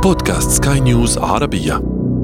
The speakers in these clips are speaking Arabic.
بودكاست سكاي نيوز عربية.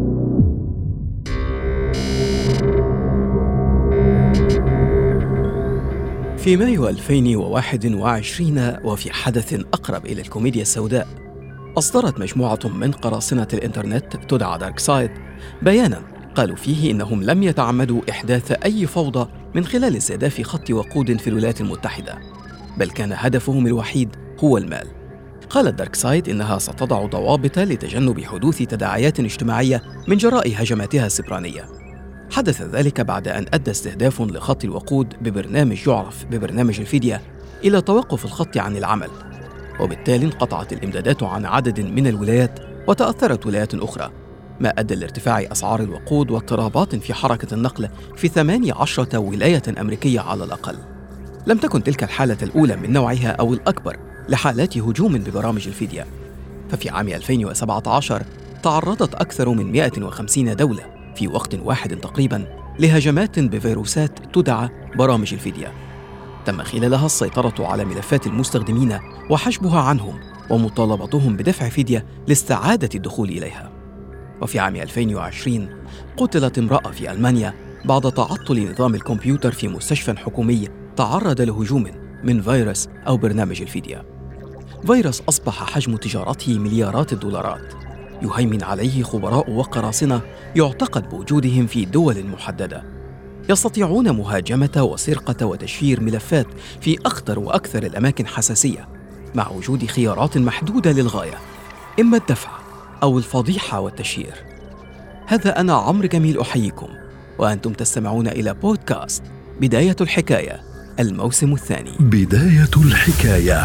في مايو 2021 وفي حدث أقرب إلى الكوميديا السوداء، أصدرت مجموعة من قراصنة الإنترنت تدعى دارك سايد بياناً قالوا فيه إنهم لم يتعمدوا إحداث أي فوضى من خلال استهداف خط وقود في الولايات المتحدة، بل كان هدفهم الوحيد هو المال. قالت دارك سايد إنها ستضع ضوابط لتجنب حدوث تداعيات اجتماعية من جراء هجماتها السبرانية. حدث ذلك بعد أن أدى استهداف لخط الوقود ببرنامج يعرف ببرنامج الفدية إلى توقف الخط عن العمل، وبالتالي انقطعت الإمدادات عن عدد من الولايات وتأثرت ولايات أخرى، ما أدى لارتفاع أسعار الوقود واضطرابات في حركة النقل في 18 ولاية أمريكية على الأقل. لم تكن تلك الحالة الأولى من نوعها أو الأكبر لحالات هجوم ببرامج الفدية، ففي عام 2017 تعرضت أكثر من 150 دولة في وقت واحد تقريباً لهجمات بفيروسات تدعى برامج الفدية. تم خلالها السيطرة على ملفات المستخدمين وحجبها عنهم ومطالبتهم بدفع فدية لاستعادة الدخول إليها. وفي عام 2020 قتلت امرأة في ألمانيا بعد تعطل نظام الكمبيوتر في مستشفى حكومي تعرض لهجوم من فيروس أو برنامج الفدية. فيروس أصبح حجم تجارته مليارات الدولارات، يهيمن عليه خبراء وقراصنة يعتقد بوجودهم في دول محددة، يستطيعون مهاجمة وسرقة وتشفير ملفات في أخطر وأكثر الأماكن حساسية، مع وجود خيارات محدودة للغاية، إما الدفع أو الفضيحة والتشهير. هذا أنا عمرو جميل أحييكم، وأنتم تستمعون إلى بودكاست بداية الحكاية الموسم الثاني. بداية الحكاية.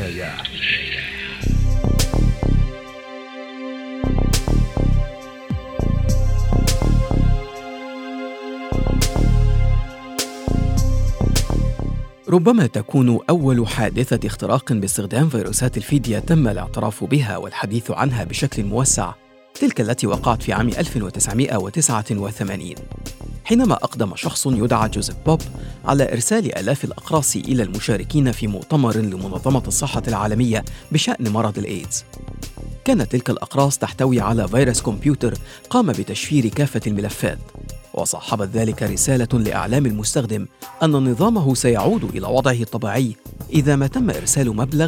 ربما تكون أول حادثة اختراق باستخدام فيروسات الفدية تم الاعتراف بها والحديث عنها بشكل موسع، تلك التي وقعت في عام 1989، حينما أقدم شخص يدعى جوزيف بوب على إرسال آلاف الأقراص إلى المشاركين في مؤتمر لمنظمة الصحة العالمية بشأن مرض الإيدز. كانت تلك الأقراص تحتوي على فيروس كمبيوتر قام بتشفير كافة الملفات، وصاحبت ذلك رسالة لإعلام المستخدم أن نظامه سيعود إلى وضعه الطبيعي إذا ما تم إرسال مبلغ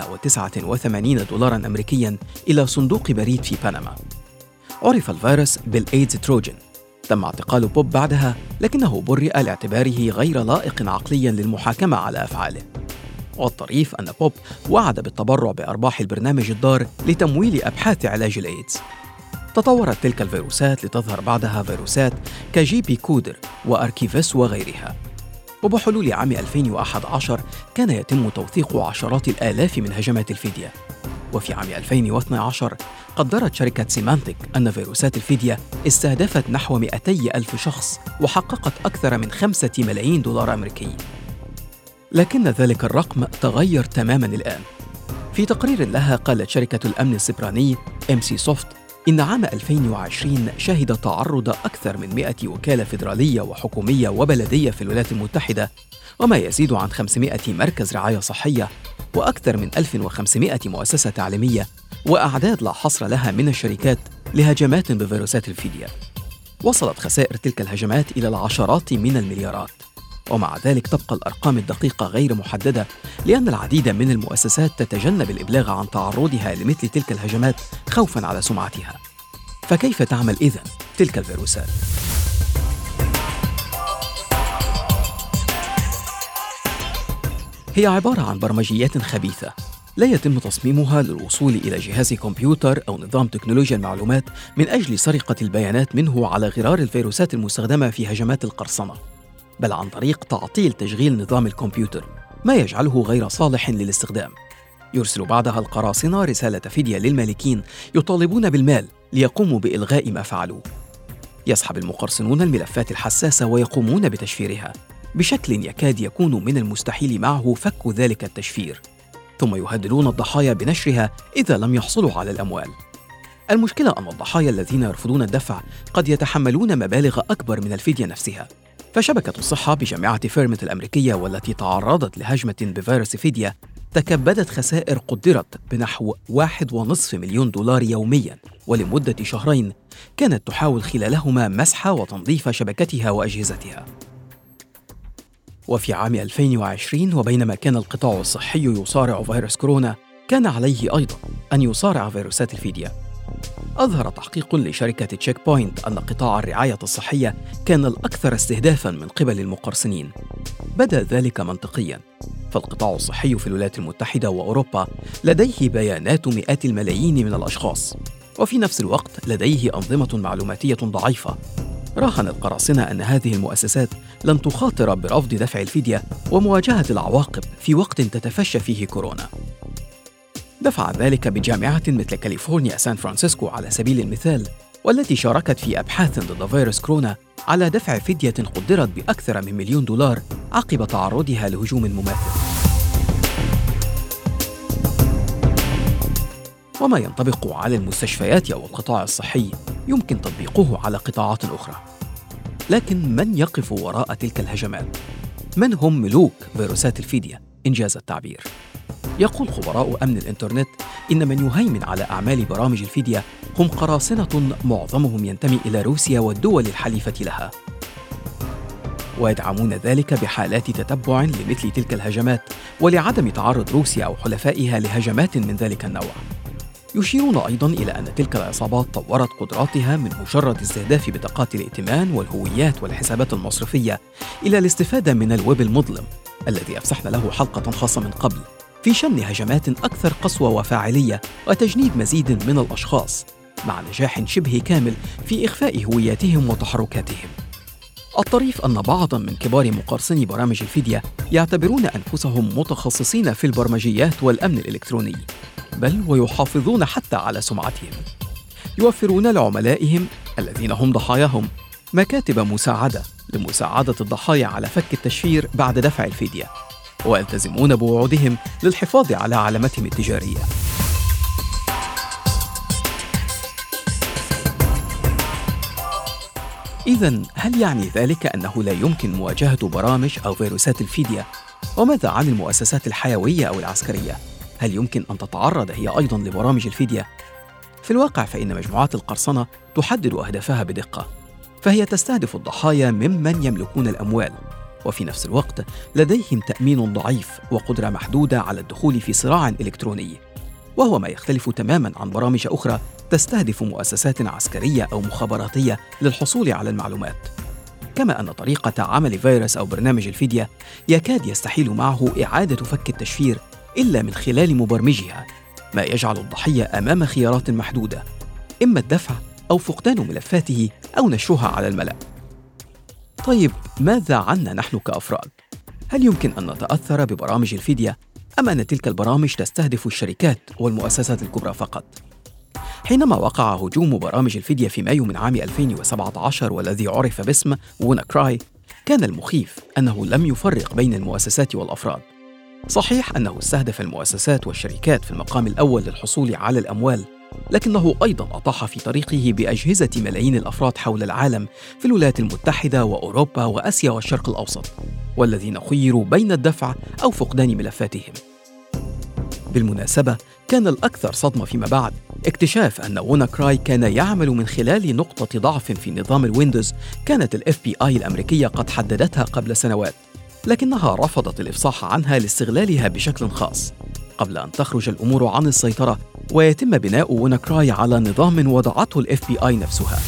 $189 أمريكياً إلى صندوق بريد في بنما. عرف الفيروس بالإيدز تروجن. تم اعتقال بوب بعدها، لكنه برئ لاعتباره غير لائق عقلياً للمحاكمة على أفعاله. والطريف أن بوب وعد بالتبرع بأرباح البرنامج الضار لتمويل أبحاث علاج الإيدز. تطورت تلك الفيروسات لتظهر بعدها فيروسات كجي بي كودر وأركيفيس وغيرها. وبحلول عام 2011 كان يتم توثيق عشرات الآلاف من هجمات الفدية. وفي عام 2012 قدرت شركة سيمانتك أن فيروسات الفدية استهدفت نحو 200,000 شخص وحققت أكثر من $5 ملايين أمريكي. لكن ذلك الرقم تغير تماماً الآن. في تقرير لها قالت شركة الأمن السبراني MC Soft إن عام 2020 شهد تعرض أكثر من 100 وكالة فيدرالية وحكومية وبلدية في الولايات المتحدة، وما يزيد عن 500 مركز رعاية صحية، وأكثر من 1500 مؤسسة تعليمية، وأعداد لا حصر لها من الشركات لهجمات بفيروسات الفدية. وصلت خسائر تلك الهجمات إلى العشرات من المليارات، ومع ذلك تبقى الأرقام الدقيقة غير محددة، لأن العديد من المؤسسات تتجنب الإبلاغ عن تعرضها لمثل تلك الهجمات خوفاً على سمعتها. فكيف تعمل إذن تلك الفيروسات؟ هي عبارة عن برمجيات خبيثة لا يتم تصميمها للوصول إلى جهاز كمبيوتر أو نظام تكنولوجيا المعلومات من أجل سرقة البيانات منه على غرار الفيروسات المستخدمة في هجمات القرصنة، بل عن طريق تعطيل تشغيل نظام الكمبيوتر، ما يجعله غير صالح للاستخدام. يرسل بعدها القراصنة رسالة فدية للمالكين يطالبون بالمال ليقوموا بإلغاء ما فعلوه. يسحب المقرصنون الملفات الحساسة ويقومون بتشفيرها بشكل يكاد يكون من المستحيل معه فك ذلك التشفير، ثم يهددون الضحايا بنشرها إذا لم يحصلوا على الأموال. المشكلة أن الضحايا الذين يرفضون الدفع قد يتحملون مبالغ أكبر من الفدية نفسها. فشبكة الصحة بجامعة فيرمنت الأمريكية، والتي تعرضت لهجمة بفيروس فدية، تكبدت خسائر قدرت بنحو 1.5 مليون دولار يومياً، ولمدة شهرين كانت تحاول خلالهما مسح وتنظيف شبكتها وأجهزتها. وفي عام 2020، وبينما كان القطاع الصحي يصارع فيروس كورونا، كان عليه أيضاً أن يصارع فيروسات الفدية. أظهر تحقيق لشركة تشيك بوينت أن قطاع الرعاية الصحية كان الأكثر استهدافاً من قبل المقرصنين. بدأ ذلك منطقياً، فالقطاع الصحي في الولايات المتحدة وأوروبا لديه بيانات مئات الملايين من الأشخاص، وفي نفس الوقت لديه أنظمة معلوماتية ضعيفة. راهن القراصنة أن هذه المؤسسات لن تخاطر برفض دفع الفدية ومواجهة العواقب في وقت تتفشى فيه كورونا. دفع ذلك بجامعة مثل كاليفورنيا سان فرانسيسكو على سبيل المثال، والتي شاركت في أبحاث ضد فيروس كورونا على دفع فدية قدرت بأكثر من $1 مليون عقب تعرضها لهجوم مماثل. وما ينطبق على المستشفيات أو القطاع الصحي يمكن تطبيقه على قطاعات أخرى. لكن من يقف وراء تلك الهجمات؟ من هم ملوك فيروسات الفدية إنجاز التعبير؟ يقول خبراء أمن الإنترنت إن من يهيمن على أعمال برامج الفدية هم قراصنة معظمهم ينتمي إلى روسيا والدول الحليفة لها، ويدعمون ذلك بحالات تتبع لمثل تلك الهجمات ولعدم تعرض روسيا أو حلفائها لهجمات من ذلك النوع. يشيرون أيضاً إلى أن تلك العصابات طورت قدراتها من مجرد استهداف بطاقات الائتمان والهويات والحسابات المصرفية إلى الاستفادة من الويب المظلم الذي أفسحنا له حلقة خاصة من قبل في شن هجمات أكثر قسوة وفاعلية وتجنيد مزيد من الأشخاص، مع نجاح شبه كامل في إخفاء هوياتهم وتحركاتهم. الطريف أن بعضاً من كبار مقرصني برامج الفدية يعتبرون أنفسهم متخصصين في البرمجيات والأمن الإلكتروني، بل ويحافظون حتى على سمعتهم. يوفرون لعملائهم الذين هم ضحاياهم مكاتب مساعدة لمساعدة الضحايا على فك التشفير بعد دفع الفدية، ويلتزمون بوعودهم للحفاظ على علامتهم التجارية. إذن هل يعني ذلك أنه لا يمكن مواجهة برامج أو فيروسات الفدية؟ وماذا عن المؤسسات الحيوية أو العسكرية؟ هل يمكن أن تتعرض هي أيضاً لبرامج الفدية؟ في الواقع فإن مجموعات القرصنة تحدد أهدافها بدقة، فهي تستهدف الضحايا ممن يملكون الأموال، وفي نفس الوقت لديهم تأمين ضعيف وقدرة محدودة على الدخول في صراع إلكتروني، وهو ما يختلف تماماً عن برامج أخرى تستهدف مؤسسات عسكرية أو مخابراتية للحصول على المعلومات. كما أن طريقة عمل فيروس أو برنامج الفدية يكاد يستحيل معه إعادة فك التشفير إلا من خلال مبرمجها، ما يجعل الضحية أمام خيارات محدودة، إما الدفع أو فقدان ملفاته أو نشرها على الملأ. طيب ماذا عنا نحن كأفراد؟ هل يمكن أن نتأثر ببرامج الفدية أم أن تلك البرامج تستهدف الشركات والمؤسسات الكبرى فقط؟ حينما وقع هجوم برامج الفدية في مايو من عام 2017 والذي عرف باسم WannaCry، كان المخيف أنه لم يفرق بين المؤسسات والأفراد. صحيح أنه استهدف المؤسسات والشركات في المقام الأول للحصول على الأموال، لكنه أيضاً أطاح في طريقه بأجهزة ملايين الأفراد حول العالم في الولايات المتحدة وأوروبا وآسيا والشرق الأوسط، والذين خيروا بين الدفع أو فقدان ملفاتهم. بالمناسبة، كان الأكثر صدمة فيما بعد اكتشاف أن WannaCry كان يعمل من خلال نقطة ضعف في نظام الويندوز كانت ال FBI الأمريكية قد حددتها قبل سنوات، لكنها رفضت الإفصاح عنها لاستغلالها بشكل خاص قبل أن تخرج الأمور عن السيطرة ويتم بناء WannaCry على نظام وضعته ال FBI نفسها.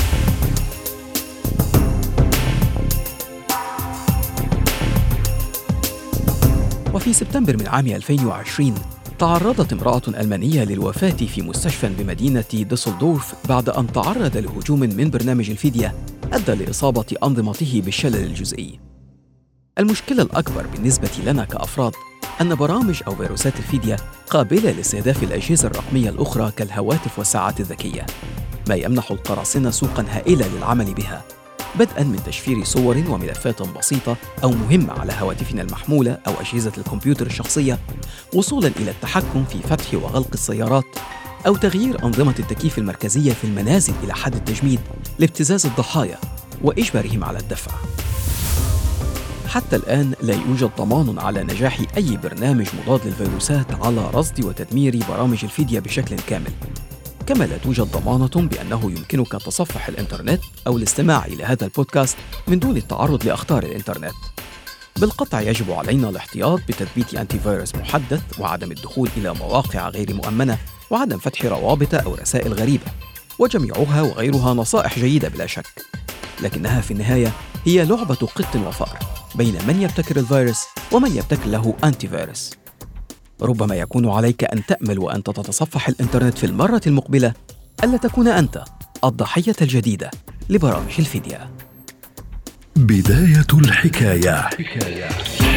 وفي سبتمبر من عام 2020 تعرضت امرأة ألمانية للوفاة في مستشفى بمدينة ديسلدورف بعد أن تعرض لهجوم من برنامج الفدية أدى لإصابة أنظمته بالشلل الجزئي. المشكلة الأكبر بالنسبة لنا كأفراد أن برامج أو فيروسات الفدية قابلة لاستهداف الأجهزة الرقمية الأخرى كالهواتف والساعات الذكية، ما يمنح القراصنة سوقاً هائلة للعمل بها، بدءاً من تشفير صور وملفات بسيطة أو مهمة على هواتفنا المحمولة أو أجهزة الكمبيوتر الشخصية، وصولاً إلى التحكم في فتح وغلق السيارات أو تغيير أنظمة التكييف المركزية في المنازل إلى حد التجميد لابتزاز الضحايا وإجبارهم على الدفع. حتى الآن لا يوجد ضمان على نجاح أي برنامج مضاد للفيروسات على رصد وتدمير برامج الفدية بشكل كامل، كما لا توجد ضمانة بأنه يمكنك تصفح الإنترنت أو الاستماع إلى هذا البودكاست من دون التعرض لأخطار الإنترنت. بالقطع يجب علينا الاحتياط بتثبيت أنتي فيروس محدث، وعدم الدخول إلى مواقع غير مؤمنة، وعدم فتح روابط أو رسائل غريبة، وجميعها وغيرها نصائح جيدة بلا شك، لكنها في النهاية هي لعبة قط وفأر بين من يبتكر الفيروس ومن يبتكر له أنتي فيروس. ربما يكون عليك أن تأمل وأنت تتصفح الإنترنت في المرة المقبلة ألا تكون أنت الضحية الجديدة لبرامج الفدية. بداية الحكاية.